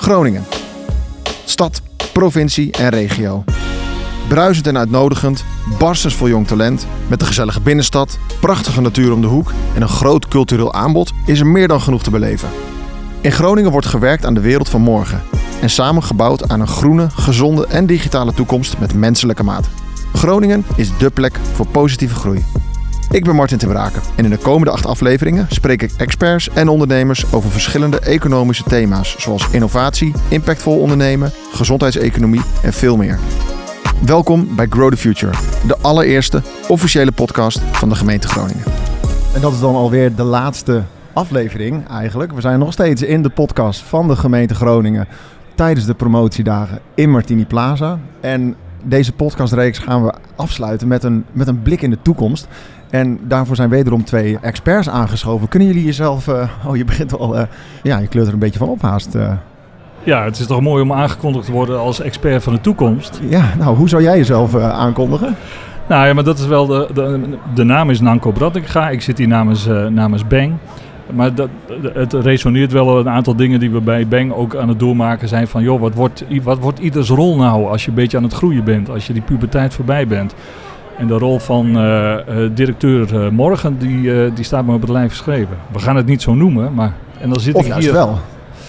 Groningen. Stad, provincie en regio. Bruisend en uitnodigend, barstens vol jong talent, met een gezellige binnenstad, prachtige natuur om de hoek en een groot cultureel aanbod is er meer dan genoeg te beleven. In Groningen wordt gewerkt aan de wereld van morgen en samen gebouwd aan een groene, gezonde en digitale toekomst met menselijke maat. Groningen is dé plek voor positieve groei. Ik ben Martin ten Braken en in de komende 8 afleveringen spreek ik experts en ondernemers over verschillende economische thema's zoals innovatie, impactvol ondernemen, gezondheidseconomie en veel meer. Welkom bij Grow the Future, de allereerste officiële podcast van de gemeente Groningen. En dat is dan alweer de laatste aflevering eigenlijk. We zijn nog steeds in de podcast van de gemeente Groningen tijdens de promotiedagen in Martini Plaza. En deze podcastreeks gaan we afsluiten met een blik in de toekomst. En daarvoor zijn wederom 2 experts aangeschoven. Kunnen jullie jezelf... je begint al... je kleurt er een beetje van op haast. Ja, het is toch mooi om aangekondigd te worden als expert van de toekomst. Ja, nou, hoe zou jij jezelf aankondigen? Nou ja, maar dat is wel... De naam is Nanko Brattinga. Ik zit hier namens Bang. Maar het resoneert wel een aantal dingen die we bij Bang ook aan het doormaken zijn. Van joh, wat wordt ieders rol nou als je een beetje aan het groeien bent? Als je die puberteit voorbij bent? En de rol van directeur Morgen, die staat me op het lijf geschreven. We gaan het niet zo noemen, maar... En dan zit of ik juist hier, wel?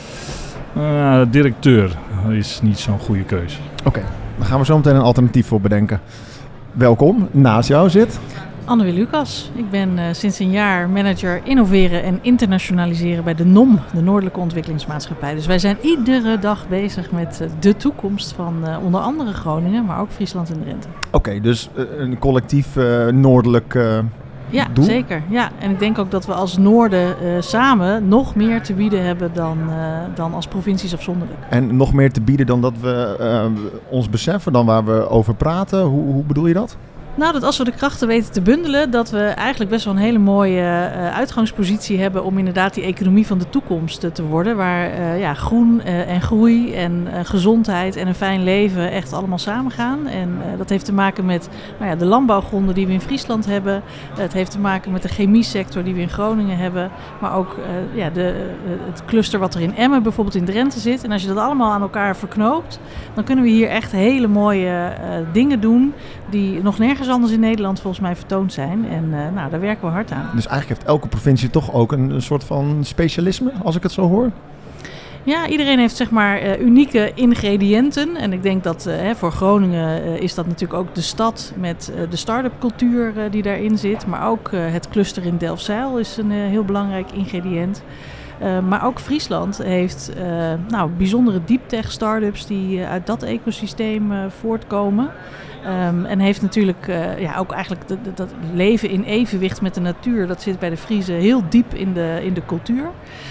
Directeur is niet zo'n goede keuze. Oké, dan gaan we zo meteen een alternatief voor bedenken. Welkom, naast jou zit... Anne Lucas. Ik ben sinds een jaar manager innoveren en internationaliseren bij de NOM, de Noordelijke Ontwikkelingsmaatschappij. Dus wij zijn iedere dag bezig met de toekomst van onder andere Groningen, maar ook Friesland en Drenthe. Oké, dus een collectief noordelijk ja, doel? Zeker. Ja, en ik denk ook dat we als Noorden samen nog meer te bieden hebben dan als provincies afzonderlijk. En nog meer te bieden dan dat we ons beseffen, dan waar we over praten. Hoe bedoel je dat? Nou, dat als we de krachten weten te bundelen, dat we eigenlijk best wel een hele mooie uitgangspositie hebben om inderdaad die economie van de toekomst te worden. Waar groen en groei en gezondheid en een fijn leven echt allemaal samengaan. En dat heeft te maken met de landbouwgronden die we in Friesland hebben. Het heeft te maken met de chemiesector die we in Groningen hebben. Maar ook het cluster wat er in Emmen bijvoorbeeld in Drenthe zit. En als je dat allemaal aan elkaar verknoopt, dan kunnen we hier echt hele mooie dingen doen die nog nergens anders in Nederland volgens mij vertoond zijn. En daar werken we hard aan. Dus eigenlijk heeft elke provincie toch ook een soort van specialisme, als ik het zo hoor? Ja, iedereen heeft zeg maar unieke ingrediënten. En ik denk dat voor Groningen is dat natuurlijk ook de stad met de start-up cultuur die daarin zit. Maar ook het cluster in Delfzijl is een heel belangrijk ingrediënt. Maar ook Friesland heeft bijzondere deeptech start-ups die uit dat ecosysteem voortkomen. En heeft natuurlijk ook eigenlijk dat leven in evenwicht met de natuur. Dat zit bij de Friezen heel diep in de cultuur.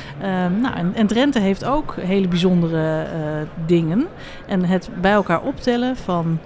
En Drenthe heeft ook hele bijzondere dingen. En het bij elkaar optellen van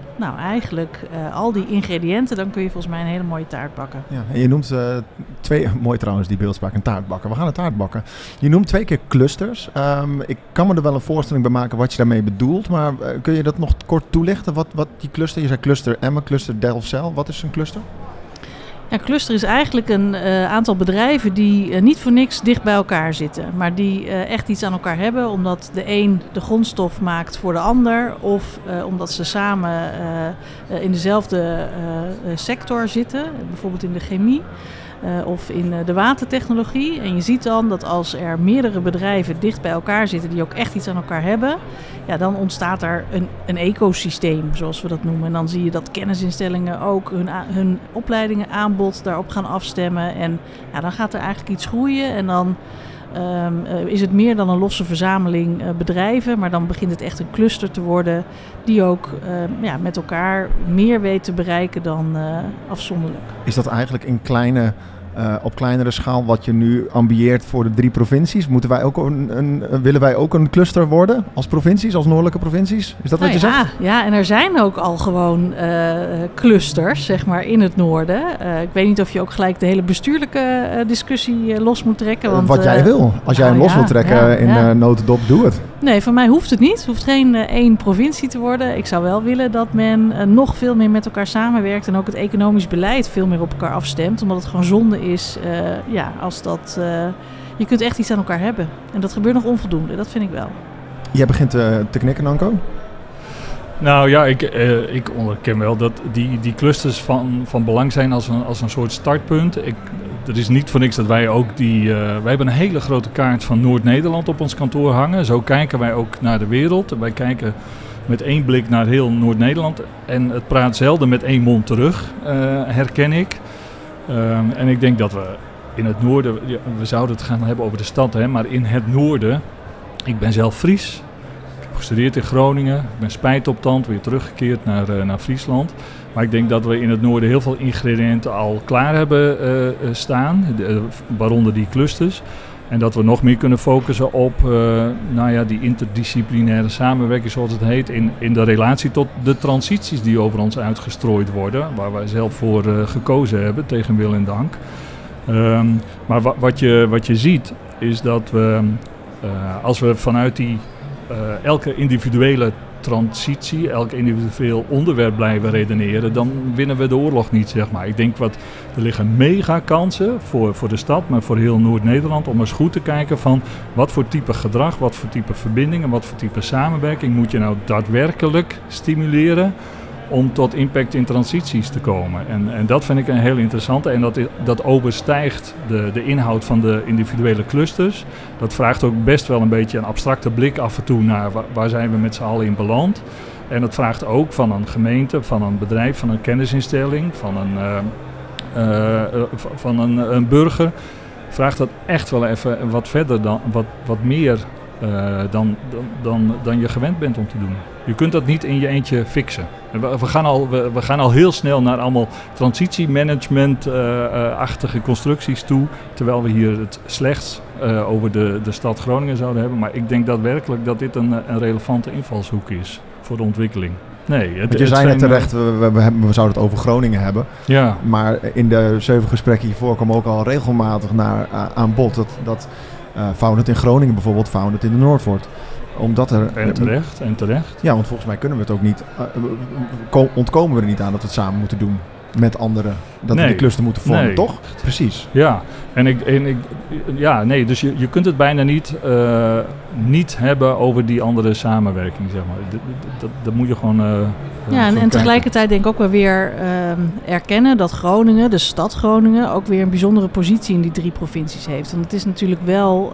al die ingrediënten, dan kun je volgens mij een hele mooie taart bakken. Ja, en je noemt 2, mooi trouwens die beeldspraak, een taart bakken. We gaan een taart bakken. Je noemt 2 keer clusters. Ik kan me er wel een voorstelling bij maken wat je daarmee bedoelt. Maar kun je dat nog kort toelichten? Wat die cluster, je zei cluster Emmen, cluster Delfzijl. Wat is een cluster? Ja, cluster is eigenlijk een aantal bedrijven die niet voor niks dicht bij elkaar zitten. Maar die echt iets aan elkaar hebben omdat de een de grondstof maakt voor de ander. Of omdat ze samen in dezelfde sector zitten, bijvoorbeeld in de chemie. Of in de watertechnologie. En je ziet dan dat als er meerdere bedrijven dicht bij elkaar zitten die ook echt iets aan elkaar hebben, dan ontstaat er een ecosysteem, zoals we dat noemen. En dan zie je dat kennisinstellingen ook hun opleidingen aanbod daarop gaan afstemmen. En dan gaat er eigenlijk iets groeien en dan is het meer dan een losse verzameling bedrijven, maar dan begint het echt een cluster te worden die ook met elkaar meer weet te bereiken dan afzonderlijk. Is dat eigenlijk op kleinere schaal wat je nu ambieert voor de 3 provincies? Willen wij ook een cluster worden als provincies, als noordelijke provincies? Is dat wat je zegt? Ja, en er zijn ook al gewoon clusters, zeg maar, in het noorden. Ik weet niet of je ook gelijk de hele bestuurlijke discussie los moet trekken. Want, wat jij wil. Als jij hem los wil trekken in notendop, doe het. Nee, van mij hoeft het niet. Het hoeft geen 1 provincie te worden. Ik zou wel willen dat men nog veel meer met elkaar samenwerkt en ook het economisch beleid veel meer op elkaar afstemt. Omdat het gewoon zonde is als dat... je kunt echt iets aan elkaar hebben. En dat gebeurt nog onvoldoende, dat vind ik wel. Jij begint te knikken, Nanko? Nou ja, ik onderken wel dat die clusters van belang zijn als een soort startpunt. Er is niet voor niks dat wij ook wij hebben een hele grote kaart van Noord-Nederland op ons kantoor hangen. Zo kijken wij ook naar de wereld. Wij kijken met één blik naar heel Noord-Nederland. En het praat zelden met één mond terug, herken ik. En ik denk dat we in het noorden, we zouden het gaan hebben over de stad, hè, maar in het noorden, ik ben zelf Fries. Ik heb gestudeerd in Groningen. Ik ben spijtoptand, weer teruggekeerd naar Friesland. Maar ik denk dat we in het noorden heel veel ingrediënten al klaar hebben staan, waaronder die clusters. En dat we nog meer kunnen focussen op die interdisciplinaire samenwerking, zoals het heet, in de relatie tot de transities die over ons uitgestrooid worden, waar wij zelf voor gekozen hebben, tegen wil en dank. Maar wat je ziet, is dat we, als we vanuit die elke individuele transitie, elk individueel onderwerp blijven redeneren, dan winnen we de oorlog niet, zeg maar. Ik denk er liggen mega kansen voor de stad, maar voor heel Noord-Nederland, om eens goed te kijken van wat voor type gedrag, wat voor type verbindingen, wat voor type samenwerking moet je nou daadwerkelijk stimuleren om tot impact in transities te komen. En dat vind ik een heel interessante. En dat overstijgt de inhoud van de individuele clusters. Dat vraagt ook best wel een beetje een abstracte blik af en toe naar waar zijn we met z'n allen in beland. En dat vraagt ook van een gemeente, van een bedrijf, van een kennisinstelling, van een burger. Vraagt dat echt wel even wat verder dan, wat meer dan je gewend bent om te doen. Je kunt dat niet in je eentje fixen. We gaan al heel snel naar allemaal transitiemanagement-achtige constructies toe, terwijl we hier het slechts over de stad Groningen zouden hebben. Maar ik denk daadwerkelijk dat dit een relevante invalshoek is voor de ontwikkeling. Nee, je zei net terecht, we zouden het over Groningen hebben. Ja. Maar in de 7 gesprekken hiervoor kwam ook al regelmatig aan bod dat Founded in Groningen bijvoorbeeld, Founded in de Noordvoort. Omdat en terecht. Ja, want volgens mij kunnen we het ook niet, ontkomen we er niet aan dat we het samen moeten doen met anderen. Dat we die cluster moeten vormen, toch? Precies. Ja, dus je kunt het bijna niet hebben over die andere samenwerking, zeg maar. Dat moet je gewoon en tegelijkertijd denk ik ook wel weer erkennen dat Groningen, de stad Groningen, ook weer een bijzondere positie in die 3 provincies heeft. Want het is natuurlijk wel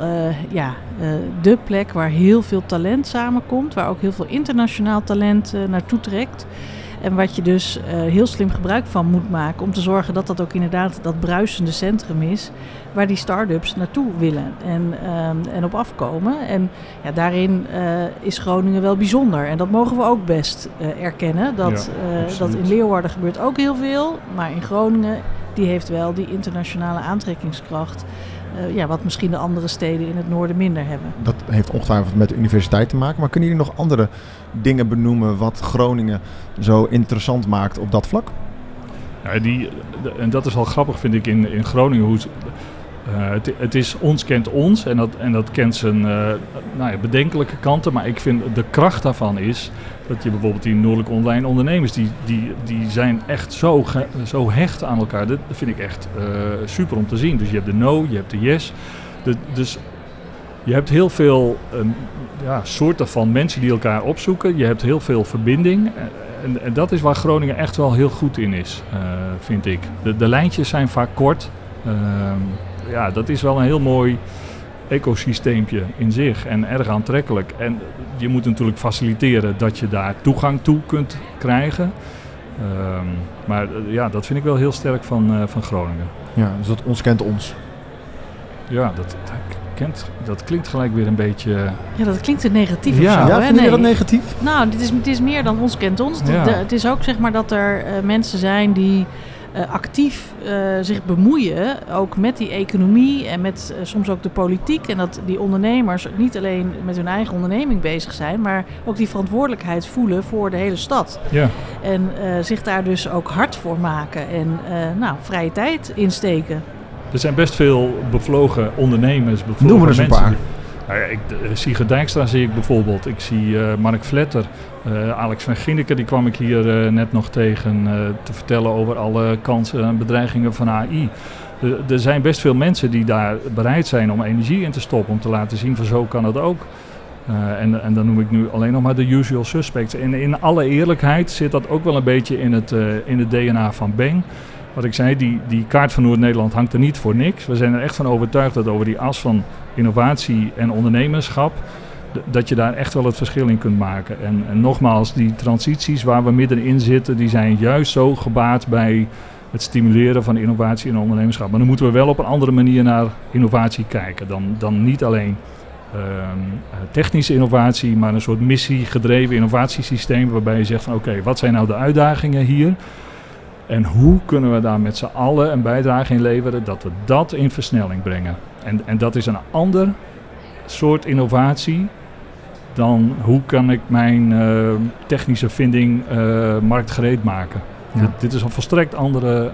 de plek waar heel veel talent samenkomt, waar ook heel veel internationaal talent naartoe trekt. En wat je dus heel slim gebruik van moet maken om te zorgen dat dat ook inderdaad dat bruisende centrum is waar die start-ups naartoe willen en op afkomen. En ja, daarin is Groningen wel bijzonder. En dat mogen we ook best erkennen. Dat in Leeuwarden gebeurt ook heel veel, maar in Groningen die heeft wel die internationale aantrekkingskracht. Wat misschien de andere steden in het noorden minder hebben. Dat heeft ongetwijfeld met de universiteit te maken. Maar kunnen jullie nog andere dingen benoemen wat Groningen zo interessant maakt op dat vlak? Ja, en dat is wel grappig, vind ik, in Groningen. Het is ons kent ons en dat kent zijn bedenkelijke kanten. Maar ik vind de kracht daarvan is dat je bijvoorbeeld die noordelijke online ondernemers, die zijn echt zo hecht aan elkaar. Dat vind ik echt super om te zien. Dus je hebt de no, je hebt de yes. Dus je hebt heel veel soorten van mensen die elkaar opzoeken. Je hebt heel veel verbinding. En dat is waar Groningen echt wel heel goed in is, vind ik. De lijntjes zijn vaak kort. Dat is wel een heel mooi ecosysteempje in zich en erg aantrekkelijk. En je moet natuurlijk faciliteren dat je daar toegang toe kunt krijgen. Maar dat vind ik wel heel sterk van Groningen. Ja, dus dat ons kent ons. Ja, dat klinkt gelijk weer een beetje... Ja, dat klinkt te negatief of zo. Ja, vind je dat negatief? Nou, het is meer dan ons kent ons. Ja. Het is ook zeg maar dat er mensen zijn die actief zich bemoeien, ook met die economie en met soms ook de politiek. En dat die ondernemers niet alleen met hun eigen onderneming bezig zijn, maar ook die verantwoordelijkheid voelen voor de hele stad. Ja. En zich daar dus ook hard voor maken en vrije tijd insteken. Er zijn best veel bevlogen ondernemers. Noem er eens een paar. Sigrid Dijkstra zie ik bijvoorbeeld. Ik zie Mark Vletter, Alex van Ginneke, die kwam ik hier net nog tegen te vertellen over alle kansen en bedreigingen van AI. Er zijn best veel mensen die daar bereid zijn om energie in te stoppen, om te laten zien van zo kan het ook. En dan noem ik nu alleen nog maar de usual suspects. En in alle eerlijkheid zit dat ook wel een beetje in het DNA van Beng. Wat ik zei, die kaart van Noord-Nederland hangt er niet voor niks. We zijn er echt van overtuigd dat over die as van innovatie en ondernemerschap, dat je daar echt wel het verschil in kunt maken. En nogmaals, die transities waar we middenin zitten, die zijn juist zo gebaat bij het stimuleren van innovatie en ondernemerschap. Maar dan moeten we wel op een andere manier naar innovatie kijken. Dan niet alleen technische innovatie, maar een soort missiegedreven innovatiesysteem waarbij je zegt van oké, wat zijn nou de uitdagingen hier? En hoe kunnen we daar met z'n allen een bijdrage in leveren dat we dat in versnelling brengen? En dat is een ander soort innovatie dan hoe kan ik mijn technische vinding marktgereed maken. Ja. Dit is een volstrekt andere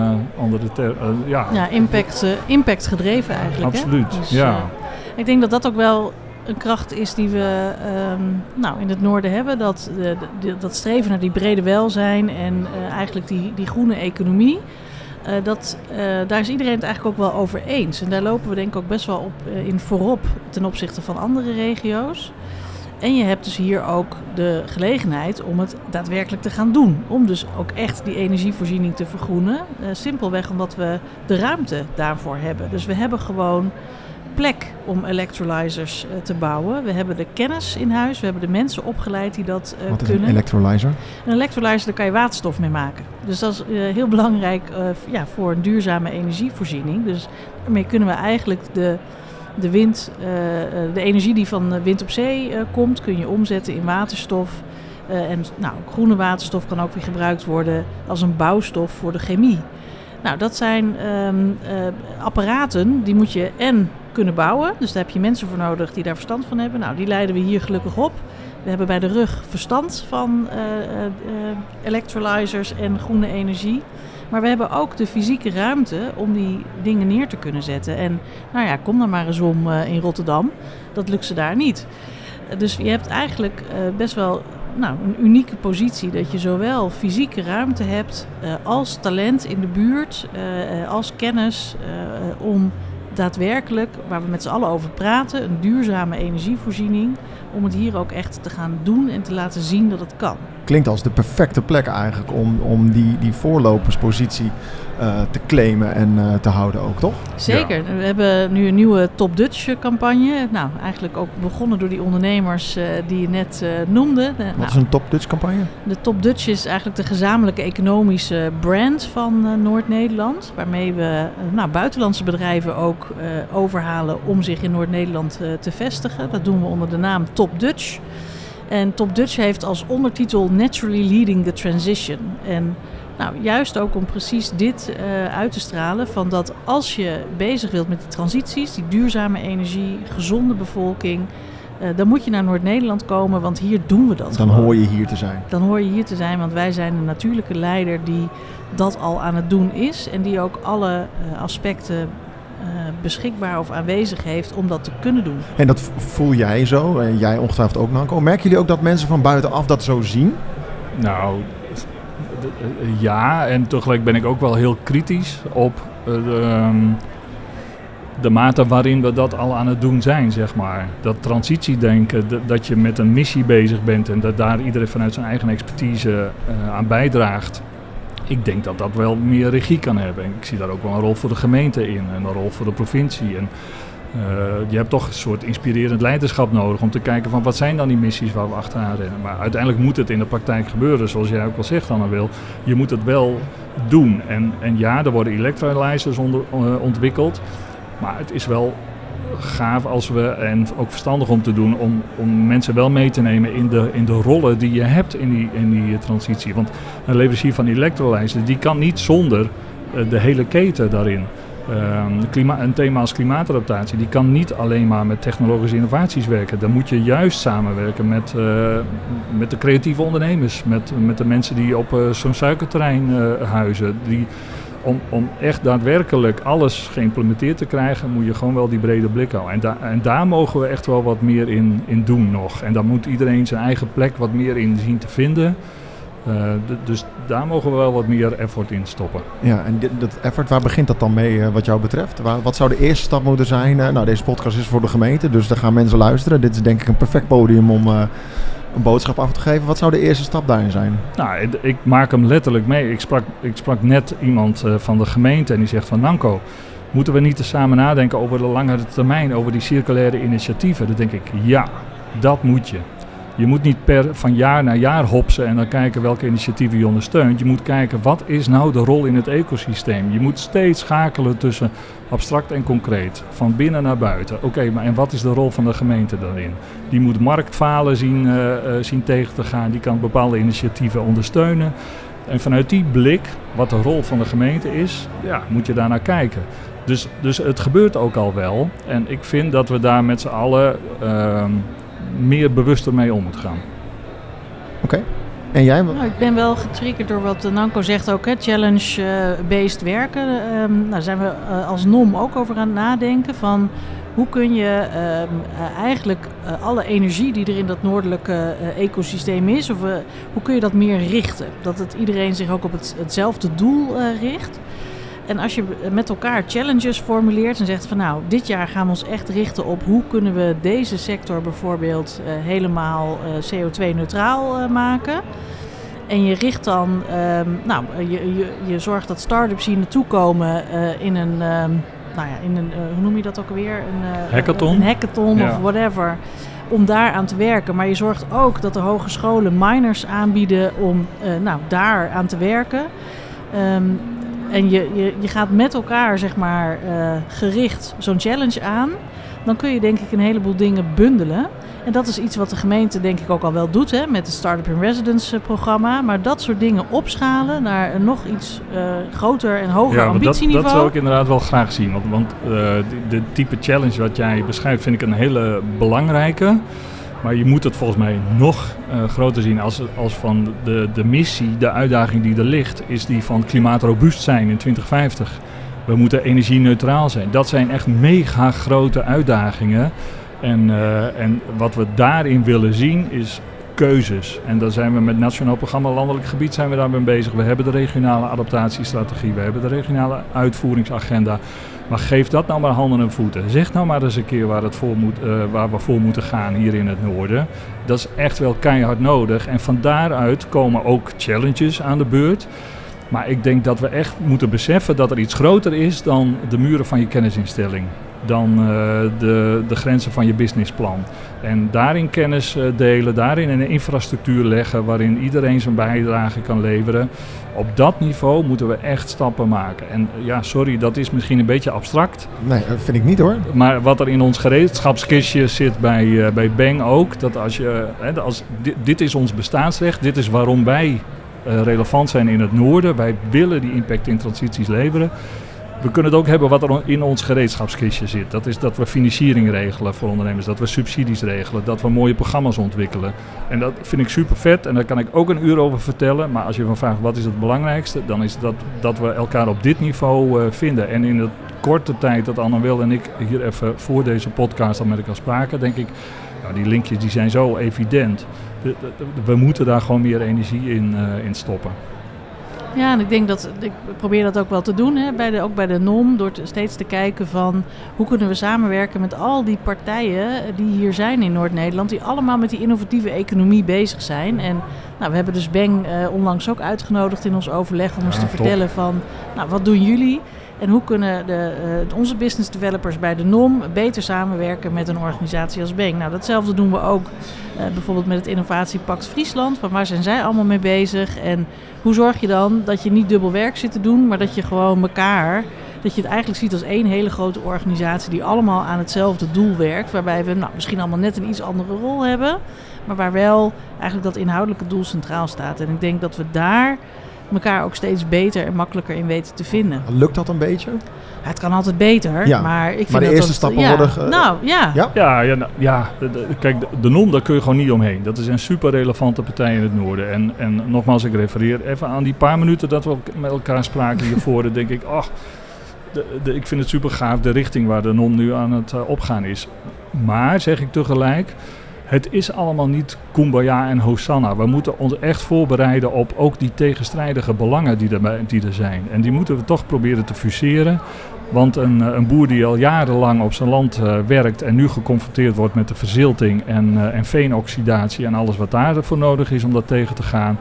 impact gedreven eigenlijk. Absoluut, hè? Dus, ja. Ik denk dat dat ook wel een kracht is die we in het noorden hebben. Dat streven naar die brede welzijn en eigenlijk die groene economie. Daar is iedereen het eigenlijk ook wel over eens. En daar lopen we denk ik ook best wel in voorop ten opzichte van andere regio's. En je hebt dus hier ook de gelegenheid om het daadwerkelijk te gaan doen. Om dus ook echt die energievoorziening te vergroenen. Simpelweg omdat we de ruimte daarvoor hebben. Dus we hebben gewoon plek om electrolyzers te bouwen. We hebben de kennis in huis. We hebben de mensen opgeleid die dat kunnen. Wat is een electrolyzer? Een electrolyzer, daar kan je waterstof mee maken. Dus dat is heel belangrijk voor een duurzame energievoorziening. Dus daarmee kunnen we eigenlijk de energie die van wind op zee komt, kun je omzetten in waterstof. Groene waterstof kan ook weer gebruikt worden als een bouwstof voor de chemie. Nou, dat zijn apparaten die moet je kunnen bouwen. Dus daar heb je mensen voor nodig die daar verstand van hebben. Nou, die leiden we hier gelukkig op. We hebben bij de rug verstand van electrolyzers en groene energie. Maar we hebben ook de fysieke ruimte om die dingen neer te kunnen zetten. En kom dan maar eens om in Rotterdam. Dat lukt ze daar niet. Dus je hebt eigenlijk best wel een unieke positie. Dat je zowel fysieke ruimte hebt als talent in de buurt, als kennis om daadwerkelijk, waar we met z'n allen over praten, een duurzame energievoorziening, om het hier ook echt te gaan doen en te laten zien dat het kan. Klinkt als de perfecte plek eigenlijk om die voorloperspositie te claimen en te houden ook, toch? Zeker. Ja. We hebben nu een nieuwe Top Dutch campagne. Nou, eigenlijk ook begonnen door die ondernemers die je net noemde. Wat is een Top Dutch campagne? De Top Dutch is eigenlijk de gezamenlijke economische brand van Noord-Nederland. Waarmee we buitenlandse bedrijven ook overhalen om zich in Noord-Nederland te vestigen. Dat doen we onder de naam Top Dutch. En Top Dutch heeft als ondertitel Naturally Leading the Transition. En juist ook om precies dit uit te stralen, van dat als je bezig wilt met die transities, die duurzame energie, gezonde bevolking, dan moet je naar Noord-Nederland komen, want hier doen we dat. Dan hoor je hier te zijn. Dan hoor je hier te zijn, want wij zijn een natuurlijke leider die dat al aan het doen is en die ook alle aspecten beschikbaar of aanwezig heeft om dat te kunnen doen. En dat voel jij zo? En jij ongetwijfeld ook, Nanko. Merken jullie ook dat mensen van buitenaf dat zo zien? Nou, ja. En tegelijk ben ik ook wel heel kritisch op de mate waarin we dat al aan het doen zijn, zeg maar. Dat transitiedenken, dat je met een missie bezig bent en dat daar iedereen vanuit zijn eigen expertise aan bijdraagt. Ik denk dat dat wel meer regie kan hebben. Ik zie daar ook wel een rol voor de gemeente in en een rol voor de provincie. En je hebt toch een soort inspirerend leiderschap nodig om te kijken van wat zijn dan die missies waar we achteraan rennen. Maar uiteindelijk moet het in de praktijk gebeuren, zoals jij ook al zegt, Anna Wil. Je moet het wel doen. En ja, er worden electrolyzers ontwikkeld. Maar het is wel gaaf als we, en ook verstandig om te doen, om mensen wel mee te nemen in de rollen die je hebt in die transitie. Want een leverancier van electrolyzers, die kan niet zonder de hele keten daarin. Een thema als klimaatadaptatie, die kan niet alleen maar met technologische innovaties werken. Dan moet je juist samenwerken met de creatieve ondernemers, met de mensen die op zo'n suikerterrein huizen. Om echt daadwerkelijk alles geïmplementeerd te krijgen, moet je gewoon wel die brede blik houden. En daar mogen we echt wel wat meer in doen nog. En daar moet iedereen zijn eigen plek wat meer in zien te vinden. Dus daar mogen we wel wat meer effort in stoppen. Ja, en dat effort, waar begint dat dan mee wat jou betreft? Wat zou de eerste stap moeten zijn? Deze podcast is voor de gemeente, dus daar gaan mensen luisteren. Dit is denk ik een perfect podium om een boodschap af te geven. Wat zou de eerste stap daarin zijn? Nou, ik maak hem letterlijk mee. Ik sprak net iemand van de gemeente en die zegt van Nanco, moeten we niet te samen nadenken over de langere termijn, over die circulaire initiatieven? Dan denk ik, ja, dat moet je. Je moet niet van jaar naar jaar hopsen en dan kijken welke initiatieven je ondersteunt. Je moet kijken, wat is nou de rol in het ecosysteem? Je moet steeds schakelen tussen abstract en concreet, van binnen naar buiten. Oké, maar en wat is de rol van de gemeente daarin? Die moet marktfalen zien tegen te gaan, die kan bepaalde initiatieven ondersteunen. En vanuit die blik, wat de rol van de gemeente is, ja, moet je daarnaar kijken. Dus het gebeurt ook al wel. En ik vind dat we daar met z'n allen meer bewuster mee om moeten gaan. Oké. En jij? Nou, ik ben wel getriggerd door wat Nanco zegt ook, challenge-based werken. Daar zijn we als NOM ook over aan het nadenken van hoe kun je eigenlijk alle energie die er in dat noordelijke ecosysteem is, hoe kun je dat meer richten? Dat het iedereen zich ook op hetzelfde doel richt. En als je met elkaar challenges formuleert en zegt van nou, dit jaar gaan we ons echt richten op hoe kunnen we deze sector bijvoorbeeld helemaal CO2-neutraal maken. En je richt dan, je zorgt dat start-ups hier naartoe komen in een, hoe noem je dat ook alweer? Hackathon? Een hackathon of whatever. Om daar aan te werken. Maar je zorgt ook dat de hogescholen miners aanbieden om daar aan te werken. En je gaat met elkaar, zeg maar, gericht zo'n challenge aan. Dan kun je denk ik een heleboel dingen bundelen. En dat is iets wat de gemeente denk ik ook al wel doet, hè, met het Startup in Residence programma. Maar dat soort dingen opschalen naar een nog iets groter en hoger ambitieniveau. Dat zou ik inderdaad wel graag zien. Want de type challenge wat jij beschrijft vind ik een hele belangrijke. Maar je moet het volgens mij nog groter zien als van de missie, de uitdaging die er ligt, is die van klimaatrobuust zijn in 2050. We moeten energie-neutraal zijn. Dat zijn echt mega grote uitdagingen. En wat we daarin willen zien is keuzes. En daar zijn we met Nationaal Programma Landelijk Gebied zijn we daarmee bezig. We hebben de regionale adaptatiestrategie, we hebben de regionale uitvoeringsagenda. Maar geef dat nou maar handen en voeten. Zeg nou maar eens een keer waar we voor moeten gaan hier in het noorden. Dat is echt wel keihard nodig. En van daaruit komen ook challenges aan de beurt. Maar ik denk dat we echt moeten beseffen dat er iets groter is dan de muren van je kennisinstelling. Dan de grenzen van je businessplan. En daarin kennis delen, daarin een infrastructuur leggen waarin iedereen zijn bijdrage kan leveren. Op dat niveau moeten we echt stappen maken. En ja, sorry, dat is misschien een beetje abstract. Nee, dat vind ik niet hoor. Maar wat er in ons gereedschapskistje zit bij Beng ook, dat dit is ons bestaansrecht, dit is waarom wij relevant zijn in het noorden. Wij willen die impact in transities leveren. We kunnen het ook hebben wat er in ons gereedschapskistje zit. Dat is dat we financiering regelen voor ondernemers, dat we subsidies regelen, dat we mooie programma's ontwikkelen. En dat vind ik super vet en daar kan ik ook een uur over vertellen. Maar als je me vraagt wat is het belangrijkste, dan is dat we elkaar op dit niveau vinden. En in de korte tijd dat Anne Wil en ik hier even voor deze podcast al met elkaar spraken, denk ik, nou, die linkjes die zijn zo evident. We moeten daar gewoon meer energie in stoppen. Ja, en ik denk ik probeer dat ook wel te doen, hè, ook bij de NOM, door steeds te kijken van hoe kunnen we samenwerken met al die partijen die hier zijn in Noord-Nederland, die allemaal met die innovatieve economie bezig zijn. En we hebben dus Beng onlangs ook uitgenodigd in ons overleg om eens te vertellen van, wat doen jullie? En hoe kunnen onze business developers bij de NOM beter samenwerken met een organisatie als Beng? Nou, datzelfde doen we ook bijvoorbeeld met het Innovatiepact Friesland. Waar zijn zij allemaal mee bezig? En hoe zorg je dan dat je niet dubbel werk zit te doen, maar dat je gewoon dat je het eigenlijk ziet als één hele grote organisatie die allemaal aan hetzelfde doel werkt. Waarbij we misschien allemaal net een iets andere rol hebben, maar waar wel eigenlijk dat inhoudelijke doel centraal staat. En ik denk dat we daar elkaar ook steeds beter en makkelijker in weten te vinden. Lukt dat een beetje? Ja, het kan altijd beter, ja, maar ik vind maar de eerste stappen worden... Kijk, de NOM, daar kun je gewoon niet omheen. Dat is een super relevante partij in het noorden. En nogmaals, ik refereer even aan die paar minuten dat we met elkaar spraken hiervoor. Dan denk ik, ik vind het super gaaf, de richting waar de NOM nu aan het opgaan is. Maar, zeg ik tegelijk, Het is allemaal niet Kumbaya en Hosanna. We moeten ons echt voorbereiden op ook die tegenstrijdige belangen die er zijn. En die moeten we toch proberen te fuseren. Want een boer die al jarenlang op zijn land werkt en nu geconfronteerd wordt met de verzilting en veenoxidatie en alles wat daarvoor nodig is om dat tegen te gaan.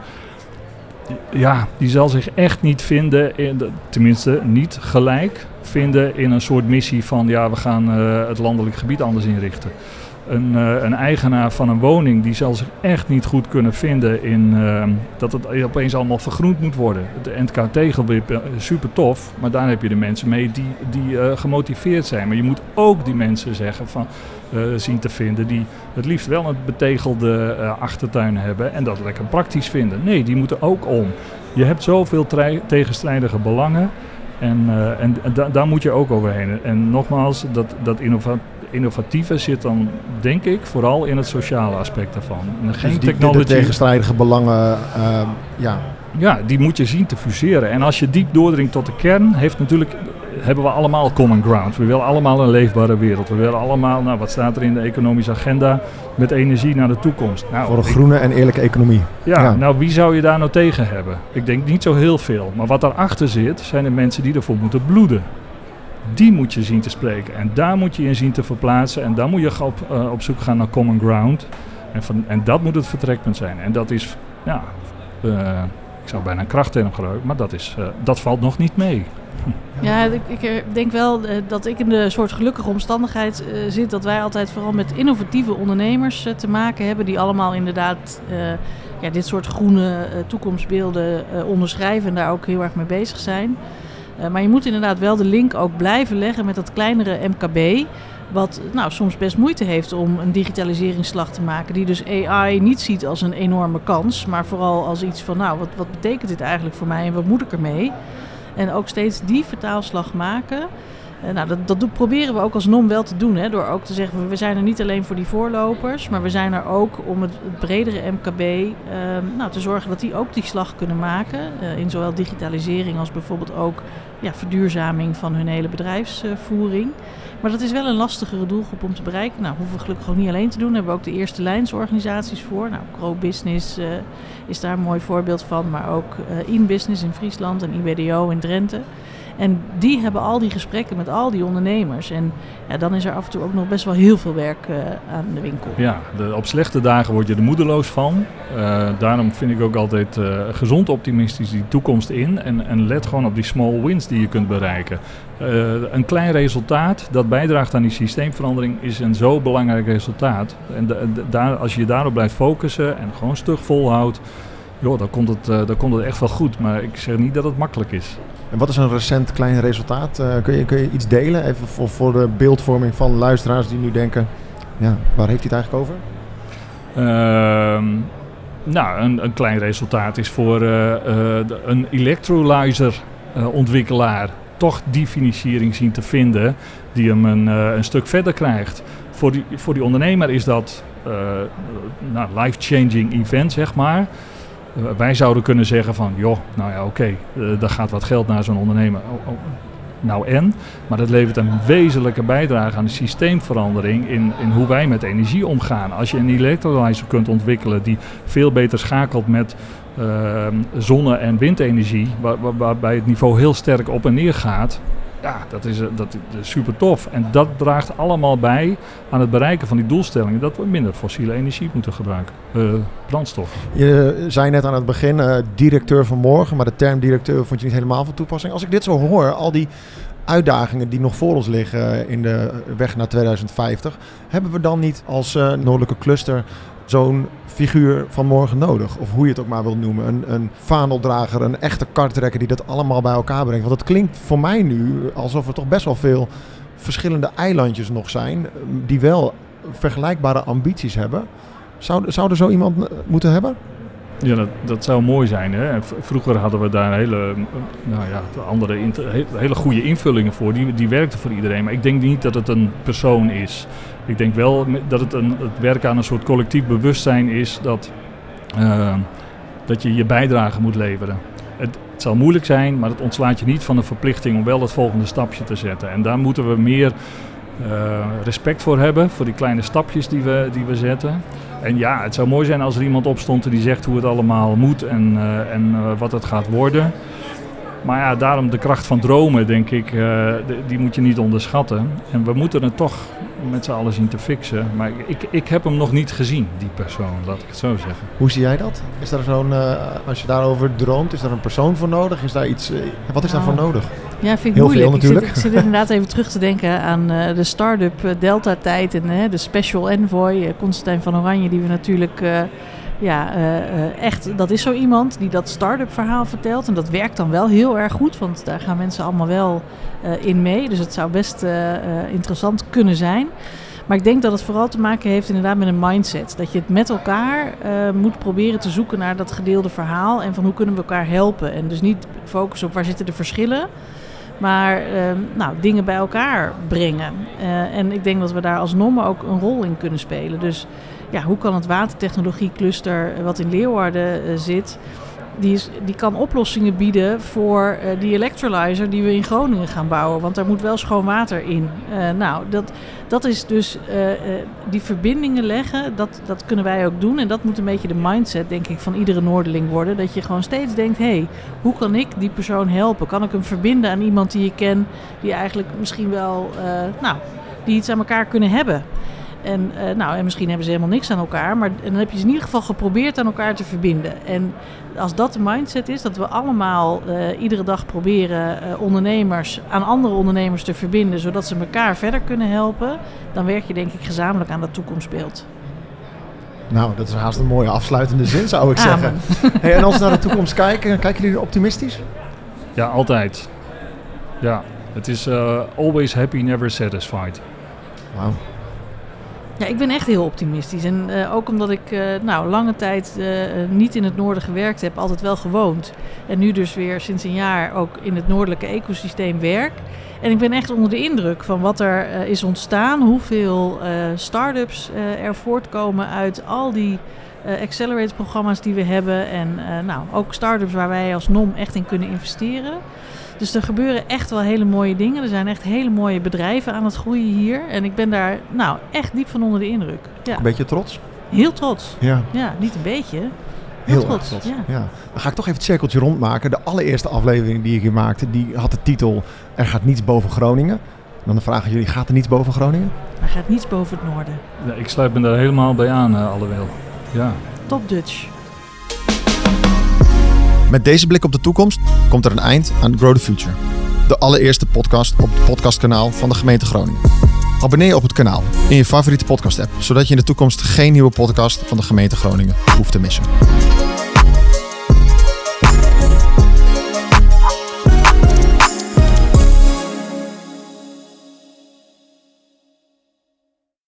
Ja, die zal zich echt niet vinden, tenminste niet gelijk vinden in een soort missie van we gaan het landelijk gebied anders inrichten. Een eigenaar van een woning die zal zich echt niet goed kunnen vinden in dat het opeens allemaal vergroend moet worden. De NK-tegelwip super tof, maar daar heb je de mensen mee die gemotiveerd zijn. Maar je moet ook die mensen zien te vinden die het liefst wel een betegelde achtertuin hebben en dat lekker praktisch vinden. Nee, die moeten ook om. Je hebt zoveel tegenstrijdige belangen en daar moet je ook overheen. En nogmaals, dat innovatieve zit dan, denk ik, vooral in het sociale aspect daarvan. Geen de tegenstrijdige belangen, Ja, die moet je zien te fuseren. En als je diep doordringt tot de kern, hebben we allemaal common ground. We willen allemaal een leefbare wereld. We willen allemaal, wat staat er in de economische agenda, met energie naar de toekomst. Voor een groene en eerlijke economie. Ja, wie zou je daar nou tegen hebben? Ik denk niet zo heel veel. Maar wat daarachter zit, zijn de mensen die ervoor moeten bloeden. Die moet je zien te spreken. En daar moet je in zien te verplaatsen. En daar moet je op zoek gaan naar common ground. En dat moet het vertrekpunt zijn. En dat is, ik zou bijna een krachtterm gebruiken, maar dat valt nog niet mee. Ja, ik denk wel dat ik in de soort gelukkige omstandigheid zit dat wij altijd vooral met innovatieve ondernemers te maken hebben die allemaal inderdaad dit soort groene toekomstbeelden onderschrijven en daar ook heel erg mee bezig zijn. Maar je moet inderdaad wel de link ook blijven leggen met dat kleinere MKB, wat soms best moeite heeft om een digitaliseringsslag te maken, die dus AI niet ziet als een enorme kans, maar vooral als iets van wat betekent dit eigenlijk voor mij en wat moet ik ermee? En ook steeds die vertaalslag maken. Dat proberen we ook als NOM wel te doen. Hè, door ook te zeggen, we zijn er niet alleen voor die voorlopers, maar we zijn er ook om het bredere MKB te zorgen dat die ook die slag kunnen maken. In zowel digitalisering als bijvoorbeeld ook verduurzaming van hun hele bedrijfsvoering. Maar dat is wel een lastigere doelgroep om te bereiken. Hoeven we gelukkig ook niet alleen te doen. Daar hebben we ook de eerste lijnsorganisaties voor. Grow Business is daar een mooi voorbeeld van. Maar ook InBusiness in Friesland en IBDO in Drenthe. En die hebben al die gesprekken met al die ondernemers. En dan is er af en toe ook nog best wel heel veel werk aan de winkel. Ja, op slechte dagen word je er moedeloos van. Daarom vind ik ook altijd gezond optimistisch die toekomst in. En let gewoon op die small wins die je kunt bereiken. Een klein resultaat dat bijdraagt aan die systeemverandering is een zo belangrijk resultaat. En als je je daarop blijft focussen en gewoon stug volhoudt, dan komt het echt wel goed. Maar ik zeg niet dat het makkelijk is. En wat is een recent klein resultaat? Kun je iets delen? Even voor de beeldvorming van luisteraars die nu denken, waar heeft hij het eigenlijk over? Een klein resultaat is voor een electrolyzer ontwikkelaar toch die financiering zien te vinden die hem een stuk verder krijgt. Voor die ondernemer is dat life-changing event, zeg maar. Wij zouden kunnen zeggen van, daar gaat wat geld naar zo'n ondernemer. Maar dat levert een wezenlijke bijdrage aan de systeemverandering in hoe wij met energie omgaan. Als je een electrolyzer kunt ontwikkelen die veel beter schakelt met zonne- en windenergie, waarbij het niveau heel sterk op en neer gaat. Ja, dat is super tof. En dat draagt allemaal bij aan het bereiken van die doelstellingen dat we minder fossiele energie moeten gebruiken. Brandstof. Je zei net aan het begin, directeur van morgen, maar de term directeur vond je niet helemaal van toepassing. Als ik dit zo hoor, al die uitdagingen die nog voor ons liggen in de weg naar 2050, hebben we dan niet als Noordelijke Cluster zo'n figuur van morgen nodig? Of hoe je het ook maar wilt noemen. Een vaandeldrager, een echte karttrekker die dat allemaal bij elkaar brengt. Want het klinkt voor mij nu alsof er toch best wel veel verschillende eilandjes nog zijn die wel vergelijkbare ambities hebben. Zou er zo iemand moeten hebben? Ja, dat zou mooi zijn. Hè? Vroeger hadden we daar hele goede invullingen voor. Die werkten voor iedereen. Maar ik denk niet dat het een persoon is. Ik denk wel dat het werk aan een soort collectief bewustzijn is dat je je bijdrage moet leveren. Het zal moeilijk zijn, maar het ontslaat je niet van de verplichting om wel het volgende stapje te zetten. En daar moeten we meer respect voor hebben, voor die kleine stapjes die we zetten. En ja, het zou mooi zijn als er iemand opstond die zegt hoe het allemaal moet en wat het gaat worden. Maar ja, daarom de kracht van dromen, denk ik, die moet je niet onderschatten. En we moeten het toch met z'n allen zien te fixen. Maar ik heb hem nog niet gezien, die persoon, laat ik het zo zeggen. Hoe zie jij dat? Is daar als je daarover droomt, is daar een persoon voor nodig? Is daar iets, wat is daarvoor nodig? Ja, vind ik heel moeilijk. Veel natuurlijk. Ik zit inderdaad even terug te denken aan de start-up Delta-tijd en de special envoy, Constantijn van Oranje, die we natuurlijk... echt, dat is zo iemand die dat start-up verhaal vertelt. En dat werkt dan wel heel erg goed, want daar gaan mensen allemaal wel in mee. Dus het zou best interessant kunnen zijn. Maar ik denk dat het vooral te maken heeft inderdaad met een mindset. Dat je het met elkaar moet proberen te zoeken naar dat gedeelde verhaal. En van hoe kunnen we elkaar helpen. En dus niet focussen op waar zitten de verschillen. Maar dingen bij elkaar brengen. En ik denk dat we daar als NOM ook een rol in kunnen spelen. Dus ja, hoe kan het watertechnologiecluster wat in Leeuwarden zit... Die kan oplossingen bieden voor die electrolyzer die we in Groningen gaan bouwen. Want daar moet wel schoon water in. Dat is dus die verbindingen leggen, dat kunnen wij ook doen. En dat moet een beetje de mindset, denk ik, van iedere Noorderling worden. Dat je gewoon steeds denkt, hoe kan ik die persoon helpen? Kan ik hem verbinden aan iemand die ik ken, die eigenlijk misschien wel, die iets aan elkaar kunnen hebben? En misschien hebben ze helemaal niks aan elkaar, maar dan heb je ze in ieder geval geprobeerd aan elkaar te verbinden. En als dat de mindset is, dat we allemaal iedere dag proberen ondernemers aan andere ondernemers te verbinden, zodat ze elkaar verder kunnen helpen, dan werk je denk ik gezamenlijk aan dat toekomstbeeld. Nou, dat is haast een mooie afsluitende zin, zou ik zeggen. Hey, en als we naar de toekomst kijken jullie optimistisch? Ja, altijd. Ja, het is always happy, never satisfied. Wauw. Ja, ik ben echt heel optimistisch. En ook omdat ik lange tijd niet in het noorden gewerkt heb, altijd wel gewoond. En nu dus weer sinds een jaar ook in het noordelijke ecosysteem werk. En ik ben echt onder de indruk van wat er is ontstaan. Hoeveel start-ups er voortkomen uit al die accelerator-programma's die we hebben. En ook start-ups waar wij als NOM echt in kunnen investeren. Dus er gebeuren echt wel hele mooie dingen. Er zijn echt hele mooie bedrijven aan het groeien hier. En ik ben daar echt diep van onder de indruk. Ja. Een beetje trots? Heel trots. Ja, niet een beetje. Heel trots. Ja. Dan ga ik toch even het cirkeltje rondmaken. De allereerste aflevering die ik hier maakte, die had de titel Er gaat niets boven Groningen. Dan vragen jullie, gaat er niets boven Groningen? Er gaat niets boven het noorden. Ja, ik sluit me daar helemaal bij aan, Alleweel. Ja. Top Dutch. Met deze blik op de toekomst komt er een eind aan Grow the Future. De allereerste podcast op het podcastkanaal van de gemeente Groningen. Abonneer je op het kanaal in je favoriete podcast app, zodat je in de toekomst geen nieuwe podcast van de gemeente Groningen hoeft te missen.